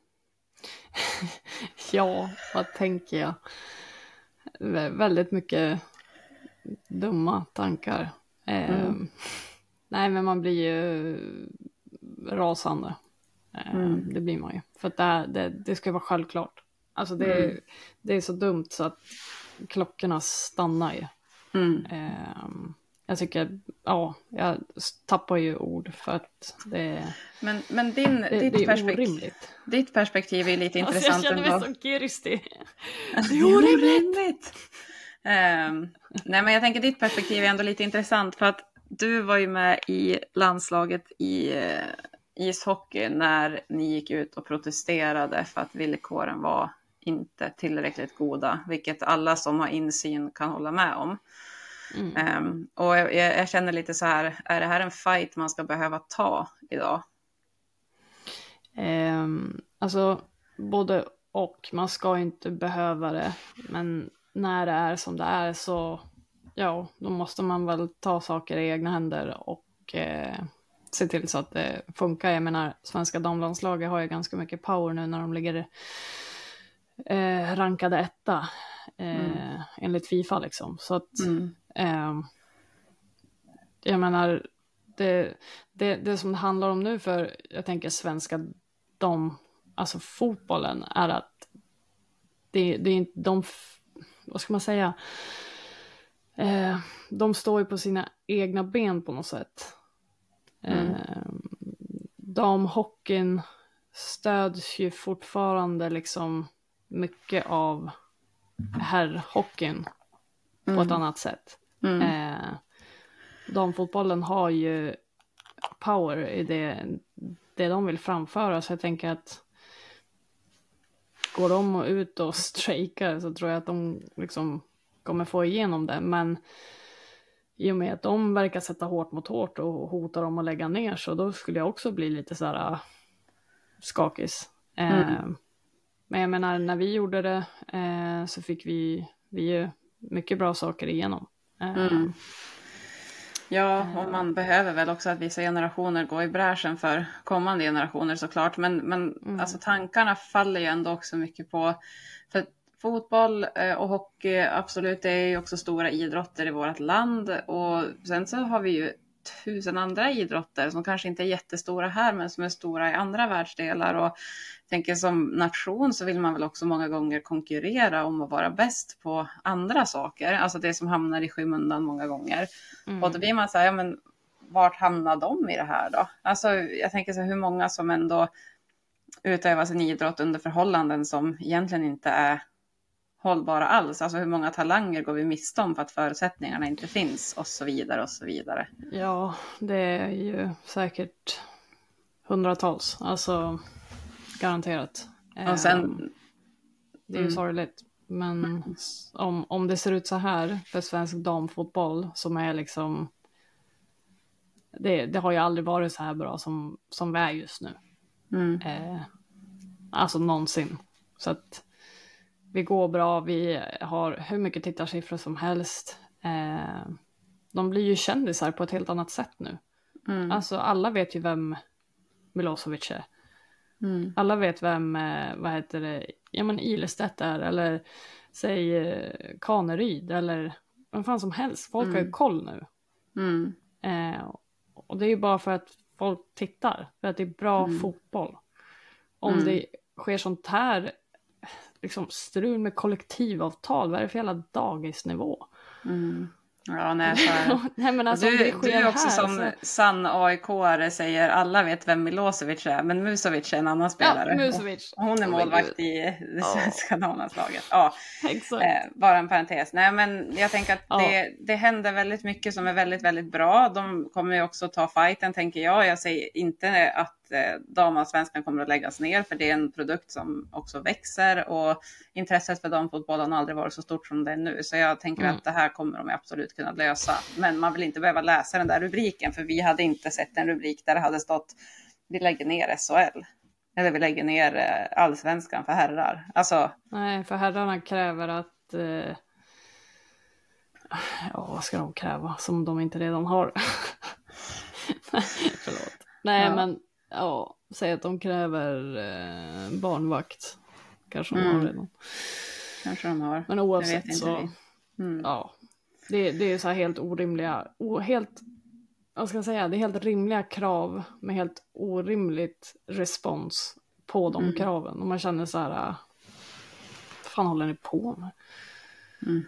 Ja, vad tänker jag? Vä- väldigt mycket dumma tankar. Eh, mm. Nej, men man blir ju rasande. Mm. Det blir man ju. För att det, det, det ska vara självklart. Alltså det, mm. det är så dumt så att klockorna stannar ju. Mm. Um, jag tycker, ja, jag tappar ju ord för att det, men, men din, det, ditt, det är perspekt- orimligt. Ditt perspektiv är lite alltså intressant. Jag känner mig så kiristig. Det är orimligt. um, nej, men jag tänker ditt perspektiv är ändå lite intressant för att du var ju med i landslaget i uh, ishockey när ni gick ut och protesterade för att villkoren var inte tillräckligt goda, vilket alla som har insyn kan hålla med om. Mm. Um, och jag, jag känner lite så här, är det här en fight man ska behöva ta idag? Um, alltså både och, man ska inte behöva det, men när det är som det är så ja, då måste man väl ta saker i egna händer och eh, se till så att det funkar. Jag menar, svenska damlandslaget har ju ganska mycket power nu när de ligger eh, rankade etta eh, mm. enligt FIFA liksom. Så att mm. eh, jag menar, det, det, det som det handlar om nu för, jag tänker svenska dam, alltså fotbollen, är att det, det är inte de, vad ska man säga, Eh, de står ju på sina egna ben på något sätt. Mm. Eh, damhockeyn stöds ju fortfarande liksom mycket av herrhockeyn mm. på ett annat sätt. Mm. Eh, damfotbollen har ju power i det, det de vill framföra, så jag tänker att går de ut och strejkar så tror jag att de liksom kommer få igenom det, men i och med att de verkar sätta hårt mot hårt och hotar dem att lägga ner, så då skulle jag också bli lite så här uh, skakis. Mm. Eh, men jag menar, när vi gjorde det eh, så fick vi, vi ju mycket bra saker igenom. Eh, mm. Ja, och man behöver väl också att vissa generationer går i bräschen för kommande generationer såklart, men, men mm. alltså tankarna faller ju ändå också mycket på, för fotboll och hockey, absolut, det är ju också stora idrotter i vårt land. Och sen så har vi ju tusen andra idrotter som kanske inte är jättestora här, men som är stora i andra världsdelar. Och jag tänker som nation så vill man väl också många gånger konkurrera om att vara bäst på andra saker. Alltså det som hamnar i skymundan många gånger. Mm. Och då blir man så här, ja men vart hamnar de i det här då? Alltså jag tänker så här, hur många som ändå utövar sin idrott under förhållanden som egentligen inte är hållbara alls. Alltså hur många talanger går vi miste om för att förutsättningarna inte finns och så vidare och så vidare. Ja, det är ju säkert hundratals. Alltså garanterat. Och sen, det är ju mm. sorgligt. Men mm. om, om det ser ut så här för svensk damfotboll som är liksom det, det har ju aldrig varit så här bra som, som vi är just nu. Mm. Eh, alltså någonsin. Så att vi går bra, vi har hur mycket tittarsiffror som helst. Eh, de blir ju kändisar på ett helt annat sätt nu. Mm. Alltså alla vet ju vem Milosevic är. Mm. Alla vet vem, eh, vad heter det, ja men Ilestedt är, eller säg eh, Kaneryd, eller vem fan som helst. Folk Mm. har ju koll nu. Mm. Eh, och det är ju bara för att folk tittar. För att det är bra Mm. fotboll. Om Mm. det sker sånt här liksom strul med kollektivavtal, vad är det för jävla dagisnivå? Mm. Ja, nej, för... Nej, men alltså, du, om det sker du är också här, som så... sann A I K-are säger, alla vet vem Milosevic är, men Musovic är en annan spelare. Ja, Musovic. Och hon är Oh, målvakt i det svenska damlandslaget. Ja, Exakt. eh, bara en parentes. Nej, men jag tänker att Ja. det, det händer väldigt mycket som är väldigt, väldigt bra. De kommer ju också ta fighten, tänker jag. Jag säger inte att eh, damallsvenskan kommer att läggas ner, för det är en produkt som också växer och intresset för damfotbollen har aldrig varit så stort som det är nu. Så jag tänker Mm. att det här kommer de absolut kunna lösa. Men man vill inte behöva läsa den där rubriken, för vi hade inte sett en rubrik där det hade stått vi lägger ner S H L. Eller vi lägger ner eh, allsvenskan för herrar. Alltså... Nej, för herrarna kräver att... Eh... Ja, vad ska de kräva som de inte redan har? Förlåt. Nej, Ja. men ja, säg att de kräver eh, barnvakt. Kanske de Mm. har redan. Kanske de har. Men Det vet oavsett inte så... vi. Mm. Ja, det, det är så här helt orimliga... O, helt... Vad ska jag säga? Det är helt rimliga krav med helt orimligt respons på de Mm. kraven. Och man känner så här... Vad fan håller ni på med? Mm.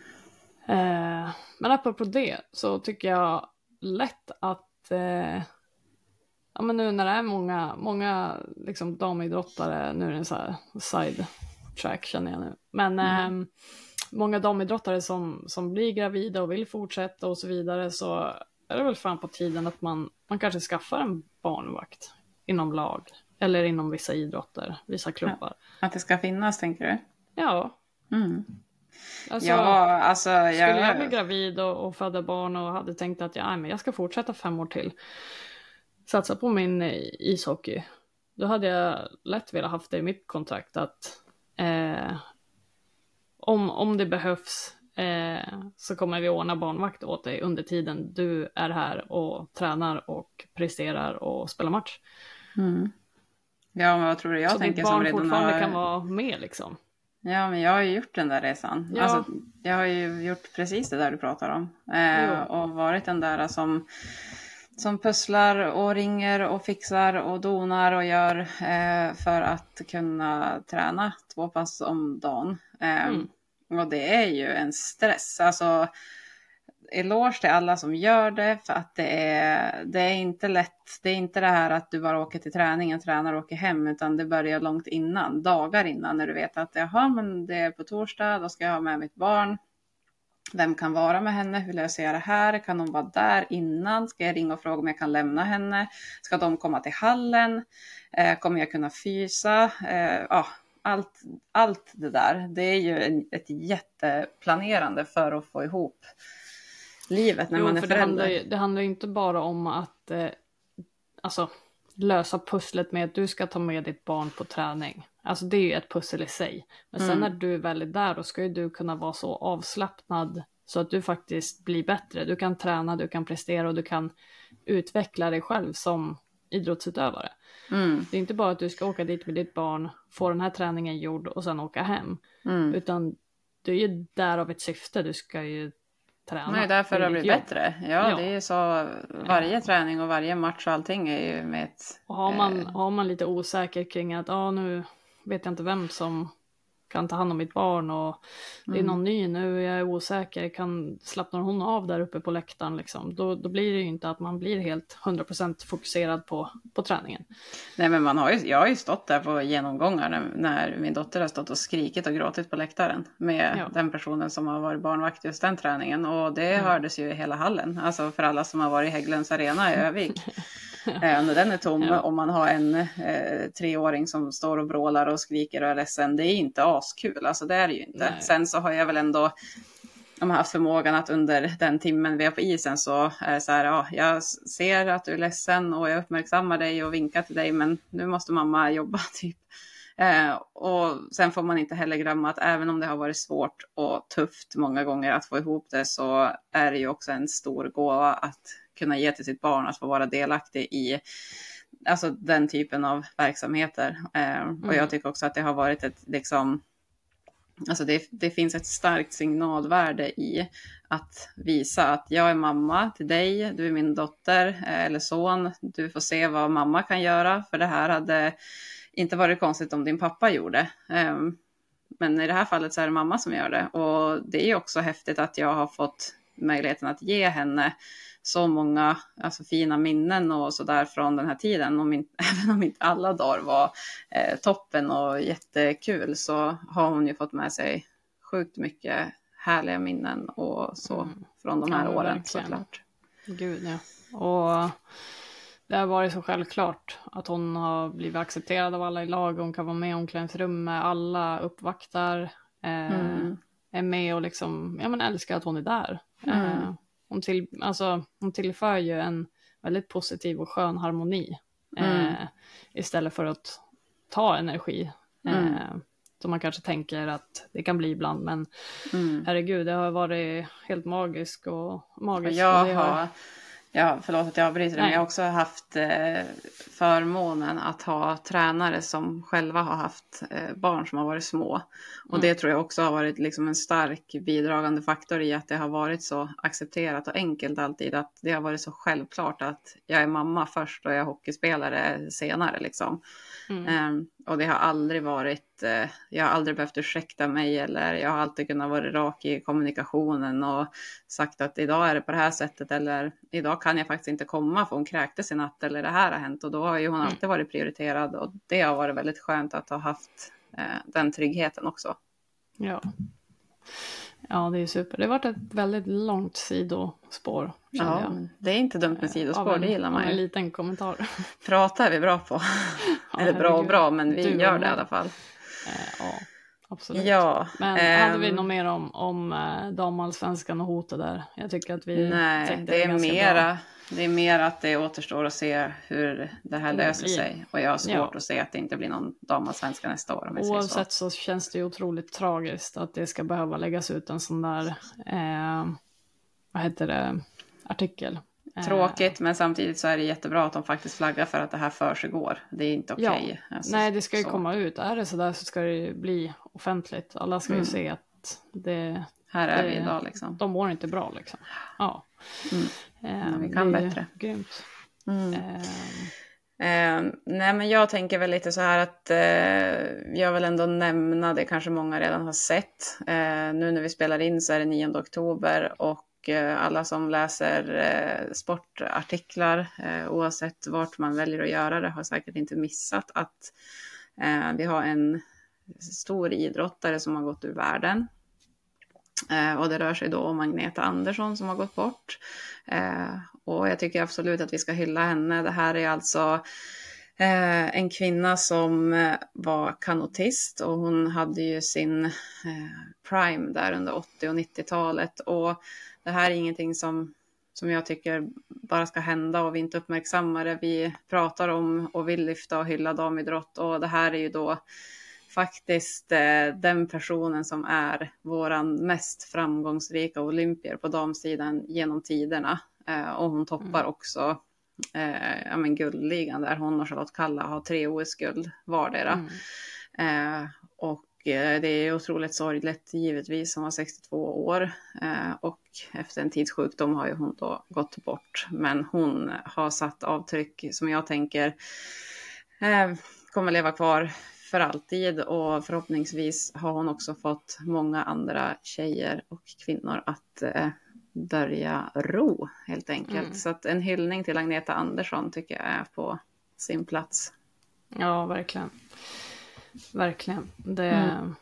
Eh, men apropå det så tycker jag lätt att eh, ja, men nu när det är många, många liksom damidrottare, nu är det en så här side track känner jag nu, men Mm. eh, många damidrottare som, som blir gravida och vill fortsätta och så vidare, så är det väl fan på tiden att man, man kanske skaffar en barnvakt inom lag eller inom vissa idrotter, vissa klubbar. Att det ska finnas, tänker du? Ja, Mm. alltså, Ja, alltså... Jag... skulle jag bli gravid och, och föda barn och hade tänkt att jag, nej, men jag ska fortsätta fem år till, satsa på min eh, ishockey, då hade jag lätt velat haft det i mitt kontrakt att eh, om, om det behövs eh, så kommer vi ordna barnvakt åt dig under tiden du är här och tränar och presterar och spelar match. Mm. Ja, men vad tror du jag så tänker ditt som barn redan fortfarande har... kan vara med liksom. Ja, men jag har ju gjort den där resan. Ja. Alltså, jag har ju gjort precis det där du pratar om. Eh, Jo. och varit den där som, som pusslar och ringer och fixar och donar och gör eh, för att kunna träna två pass om dagen. Eh, Mm. Och det är ju en stress. Alltså, eloge till alla som gör det, för att det är, det är inte lätt. Det är inte det här att du bara åker till träningen, tränar och åker hem, utan det börjar långt innan, dagar innan, när du vet att jaha, men det är på torsdag, då ska jag ha med mitt barn. Vem kan vara med henne? Hur löser jag det här? Kan hon vara där innan? Ska jag ringa och fråga om jag kan lämna henne? Ska de komma till hallen? Eh, kommer jag kunna fysa? Eh, ja, allt, allt det där. Det är ju en, ett jätteplanerande för att få ihop livet när Jo, man är för det förälder. handlar, ju, det handlar ju inte bara om att eh, alltså, lösa pusslet med att du ska ta med ditt barn på träning. Alltså det är ju ett pussel i sig. Men sen Mm. när du väl är där, då ska ju du kunna vara så avslappnad så att du faktiskt blir bättre. Du kan träna, du kan prestera och du kan utveckla dig själv som idrottsutövare. Mm. Det är inte bara att du ska åka dit med ditt barn, få den här träningen gjord och sen åka hem. Mm. Utan du är ju där av ett syfte, du ska ju träna. Det är därför det är blir ditt jobb. bättre. Ja, Ja. det är ju så. Varje träning och varje match och allting är ju med ett... Och har man, eh, har man lite osäker kring att ah, nu vet jag inte vem som kan ta hand om mitt barn och det är Mm. någon ny nu, jag är osäker, kan slappna hon av där uppe på läktaren liksom. Då, då blir det ju inte att man blir helt hundra procent fokuserad på, på träningen. Nej, men man har ju, jag har ju stått där på genomgångar när, när min dotter har stått och skrikit och gråtit på läktaren med Ja. den personen som har varit barnvakt just den träningen. Och det Mm. hördes ju i hela hallen. Alltså för alla som har varit i Hägglunds arena i Övik. eh, när den är tom, Ja. om man har en eh, treåring som står och brålar och skriker och är ledsen. Det är inte askul, alltså det är det ju inte. Nej. Sen så har jag väl ändå de har haft förmågan att under den timmen vi är på isen så är det så här, ja, jag ser att du är ledsen och jag uppmärksammar dig och vinkar till dig, men nu måste mamma jobba typ. Eh, och sen får man inte heller glömma att även om det har varit svårt och tufft många gånger att få ihop det, så är det ju också en stor gåva att kunna ge till sitt barn, att få vara delaktig i alltså den typen av verksamheter. Eh, och jag tycker också att det har varit ett liksom alltså det, det finns ett starkt signalvärde i att visa att jag är mamma till dig, du är min dotter eller son, du får se vad mamma kan göra, för det här hade inte varit konstigt om din pappa gjorde. Men i det här fallet så är det mamma som gör det, och det är också häftigt att jag har fått möjligheten att ge henne så många alltså, fina minnen och sådär från den här tiden. Om inte, även om inte alla dagar var eh, toppen och jättekul, så har hon ju fått med sig sjukt mycket härliga minnen och så mm. från de här ja, åren verkligen. Såklart. Gud ja. Och det har varit så självklart att hon har blivit accepterad av alla i lag. Hon kan vara med i omklädningsrummet, alla uppvaktar, eh, mm. är med och liksom, ja men älskar att hon är där. Mm. Eh, hon, till, alltså, hon tillför ju en väldigt positiv och skön harmoni. Eh, mm. Istället för att ta energi. Mm. Eh, som man kanske tänker att det kan bli ibland. Men mm. herregud, det har varit helt magisk och magiskt. Jag och det har... har... Ja, förlåt att jag avbryter, men jag har också haft eh, förmånen att ha tränare som själva har haft eh, barn som har varit små. Och mm. det tror jag också har varit liksom en stark bidragande faktor i att det har varit så accepterat och enkelt alltid. Att det har varit så självklart att jag är mamma först och jag är hockeyspelare senare liksom. Mm. Um, och det har aldrig varit, uh, jag har aldrig behövt ursäkta mig, eller jag har alltid kunnat vara rak i kommunikationen och sagt att idag är det på det här sättet, eller idag kan jag faktiskt inte komma för hon kräktes i natt, eller det här har hänt, och då har ju hon mm. alltid varit prioriterad, och det har varit väldigt skönt att ha haft uh, den tryggheten också. Ja. Ja, det är super. Det har varit ett väldigt långt sidospår. Ja, jag. Det är inte dumt med sidospår, en, det gillar man ju. En liten kommentar. Prata är vi bra på. Ja, Eller bra och bra, men vi du gör det i alla fall. Ja, absolut. Ja, men ähm, hade vi något mer om, om damallsvenskan och hotet där? Jag tycker att vi nej, tänkte det är ganska mera, bra. Det är mer att det återstår att se hur det här löser blir. sig. Och jag har svårt ja. att se att det inte blir någon damallsvenska nästa år. Om Oavsett så. så känns det ju otroligt tragiskt att det ska behöva läggas ut en sån där, eh, vad heter det, artikel. Tråkigt, men samtidigt så är det jättebra att de faktiskt flaggar för att det här för sig går. Det är inte okej. Okay. Ja. Alltså, nej, det ska ju så. komma ut. Är det så där så ska det ju bli offentligt. Alla ska mm. ju se att det... Här är det, vi idag liksom. De mår inte bra liksom. Ja. Mm. Eh, men vi kan bättre. Grymt. Mm. Eh. Eh, nej men jag tänker väl lite så här att eh, jag vill ändå nämna, det kanske många redan har sett. Eh, nu när vi spelar in så är det nionde oktober, och eh, alla som läser eh, sportartiklar eh, oavsett vart man väljer att göra det har säkert inte missat att eh, vi har en stor idrottare som har gått ur världen. Eh, och det rör sig då om Agneta Andersson som har gått bort. Eh, och jag tycker absolut att vi ska hylla henne. Det här är alltså eh, en kvinna som eh, var kanotist, och hon hade ju sin eh, prime där under åttio- och nittiotalet. Och det här är ingenting som, som jag tycker bara ska hända och vi inte uppmärksammar det. Vi pratar om och vill lyfta och hylla damidrott, och det här är ju då faktiskt eh, den personen som är våran mest framgångsrika olympier på damsidan genom tiderna. Eh, och hon toppar mm. också eh, ja, men guldligan där hon och Charlotte Kalla har tre O S-guld vardera. Mm. Eh, och eh, det är otroligt sorgligt givetvis, hon var sextiotvå år eh, och efter en tids sjukdom har ju hon då gått bort. Men hon har satt avtryck som jag tänker eh, kommer leva kvar för alltid, och förhoppningsvis har hon också fått många andra tjejer och kvinnor att eh, börja ro helt enkelt. Mm. Så att en hyllning till Agneta Andersson tycker jag är på sin plats. Ja, verkligen. Verkligen. Det, Mm.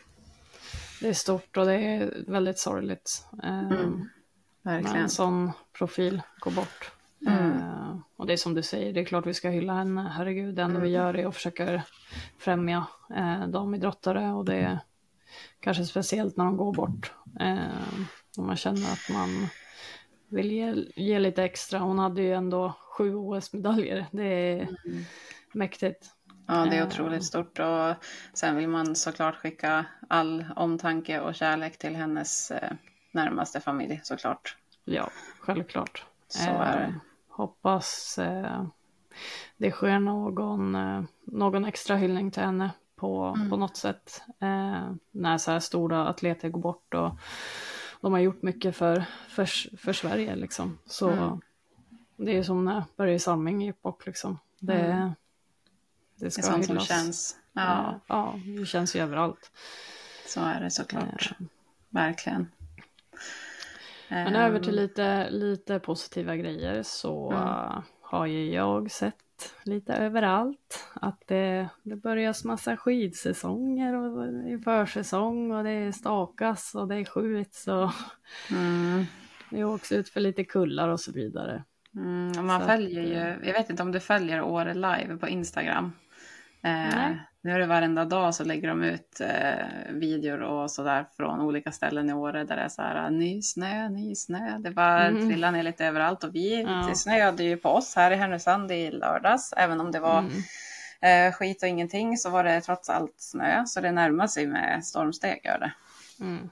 det är stort och det är väldigt sorgligt. Eh, Mm. Verkligen. När en sån profil går bort. Mm. Uh, och det är som du säger, det är klart vi ska hylla henne, herregud, det enda mm. vi gör är och försöker främja uh, damidrottare, och det är kanske speciellt när de går bort, uh, och man känner att man vill ge, ge lite extra. Hon hade ju ändå sju O S-medaljer, det är mm. mäktigt. Ja, det är otroligt stort, och sen vill man såklart skicka all omtanke och kärlek till hennes uh, närmaste familj såklart. Ja, självklart. Så är det. Eh, hoppas eh, det sker någon, eh, någon extra hyllning till henne på på, Mm. på något sätt. Eh, när så här stora atleter går bort och de har gjort mycket för, för, för Sverige liksom. Så Mm. det är ju som när Börje Salming gick bort liksom. Det, Mm. det ska Det är sånt som hyllas. känns. Ja. Ja, ja, det känns ju överallt. så är det såklart. Verkligen. Men Ehm, över till lite, lite positiva grejer så Mm. uh, har ju jag sett lite överallt att det, det börjar massa skidsäsonger och det är försäsong och det är stakas och det är skjuts och Mm. det åks ut för lite kullar och så vidare. Mm, och man Så följer att, ju, jag vet inte om du följer Åre Live på Instagram. Eh, Nej. nu är det varenda dag så lägger de ut eh, videor och sådär från olika ställen i Åre där det är så här ny snö, ny snö. Det bara Mm. trillar ner lite överallt och vi, Ja. det snöade ju på oss här i Härnösand i lördags. Även om det var Mm. eh, skit och ingenting så var det trots allt snö. Så det närmar sig med stormsteg gör det. Mm.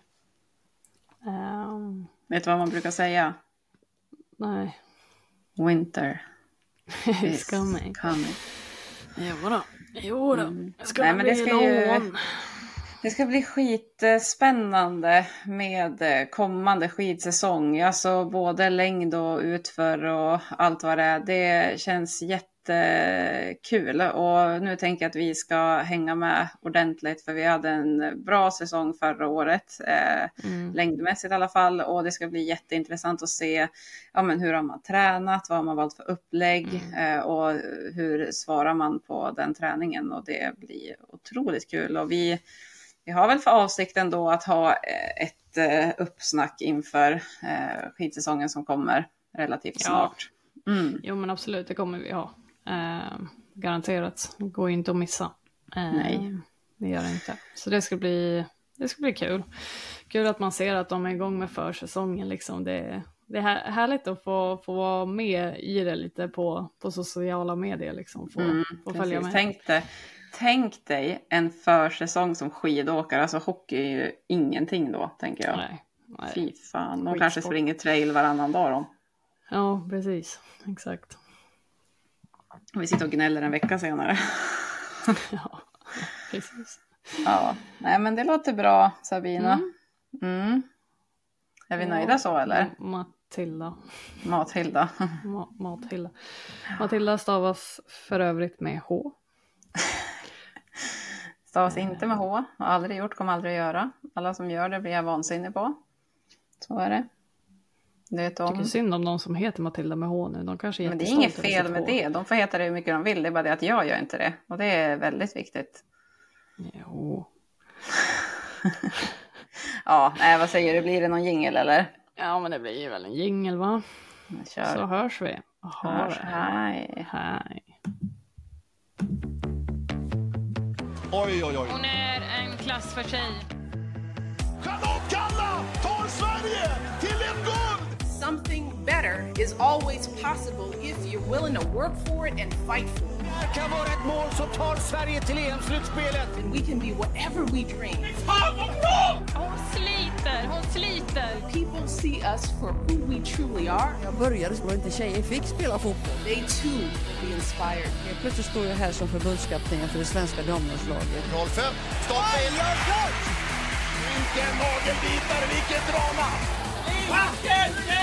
Um, Vet du vad man brukar säga? nej, Winter it's is coming. coming. Jo då, jo då. Mm. Det ska Nej, men bli det ska ju- lån. Det ska bli skitspännande med kommande skidsäsong. Alltså både längd och utför och allt vad det är. Det känns jättekul. Och nu tänker jag att vi ska hänga med ordentligt. För vi hade en bra säsong förra året. Eh, Mm. längdmässigt i alla fall. Och det ska bli jätteintressant att se ja, men hur har man tränat. Vad har man valt för upplägg. Eh, och hur svarar man på den träningen. Och det blir otroligt kul. Och vi... Vi har väl för avsikt ändå att ha eh, ett eh, uppsnack inför eh, skidsäsongen som kommer relativt Ja. snart. Mm. Jo men absolut, det kommer vi ha. Eh, garanterat. Det går ju inte att missa. Eh, Nej. Det gör det inte. Så det ska bli, det ska bli kul. Kul att man ser att de är igång med försäsongen. Liksom. Det, det är här, härligt att få, få vara med i det lite på, på sociala medier. Liksom. Få, Mm, få följa precis. med. Tänk dig, tänk dig en försäsong som skidåkare. Alltså hockey är ju ingenting då, tänker jag. Nej, nej. Fy fan, de Skitsport. kanske springer trail varannan dag då. Ja, precis. Exakt. Vi sitter och gnäller en vecka senare. Ja, precis. Ja, nej men det låter bra, Sabina. Mm. Är vi nöjda så eller? Matilda. Mathilda. Ma- Matilda. Matilda stavas för övrigt med H. Stavas inte med H. Har aldrig gjort, kommer aldrig att göra. Alla som gör det blir jag vansinnig på. Så är det. Det vet Jag om. tycker synd om de som heter Matilda med H nu. De kanske är Men det är jättestolta inget över fel sitt med H. det. De får heta det hur mycket de vill. Det är bara det att jag gör inte det. Och det är väldigt viktigt. Jo. Ja, nej, vad säger du? Blir det någon jingle eller? Ja, men det blir ju väl en jingle va? Kör. Så hörs vi. Ha Hörs. det. Hej. Hej. Oj, oj, oj. Hon är en klass för sig. Charlotte Kalla tar Sverige till ett guld! Something better is always possible if you're willing to work for it and fight for it. Det här kan vara ett mål som tar Sverige till E M-slutspelet. And we can be whatever we dream. Fan vad bra! Hon sliter, hon sliter. People see us for who we truly are. Jag började så inte tjejer fick spela fotboll. They too will be inspired. Helt plötsligt står jag här som förbundskapten för det svenska damlandslaget. noll fem, stopp in! Vilken nagelbitare, vilket drama! Vilken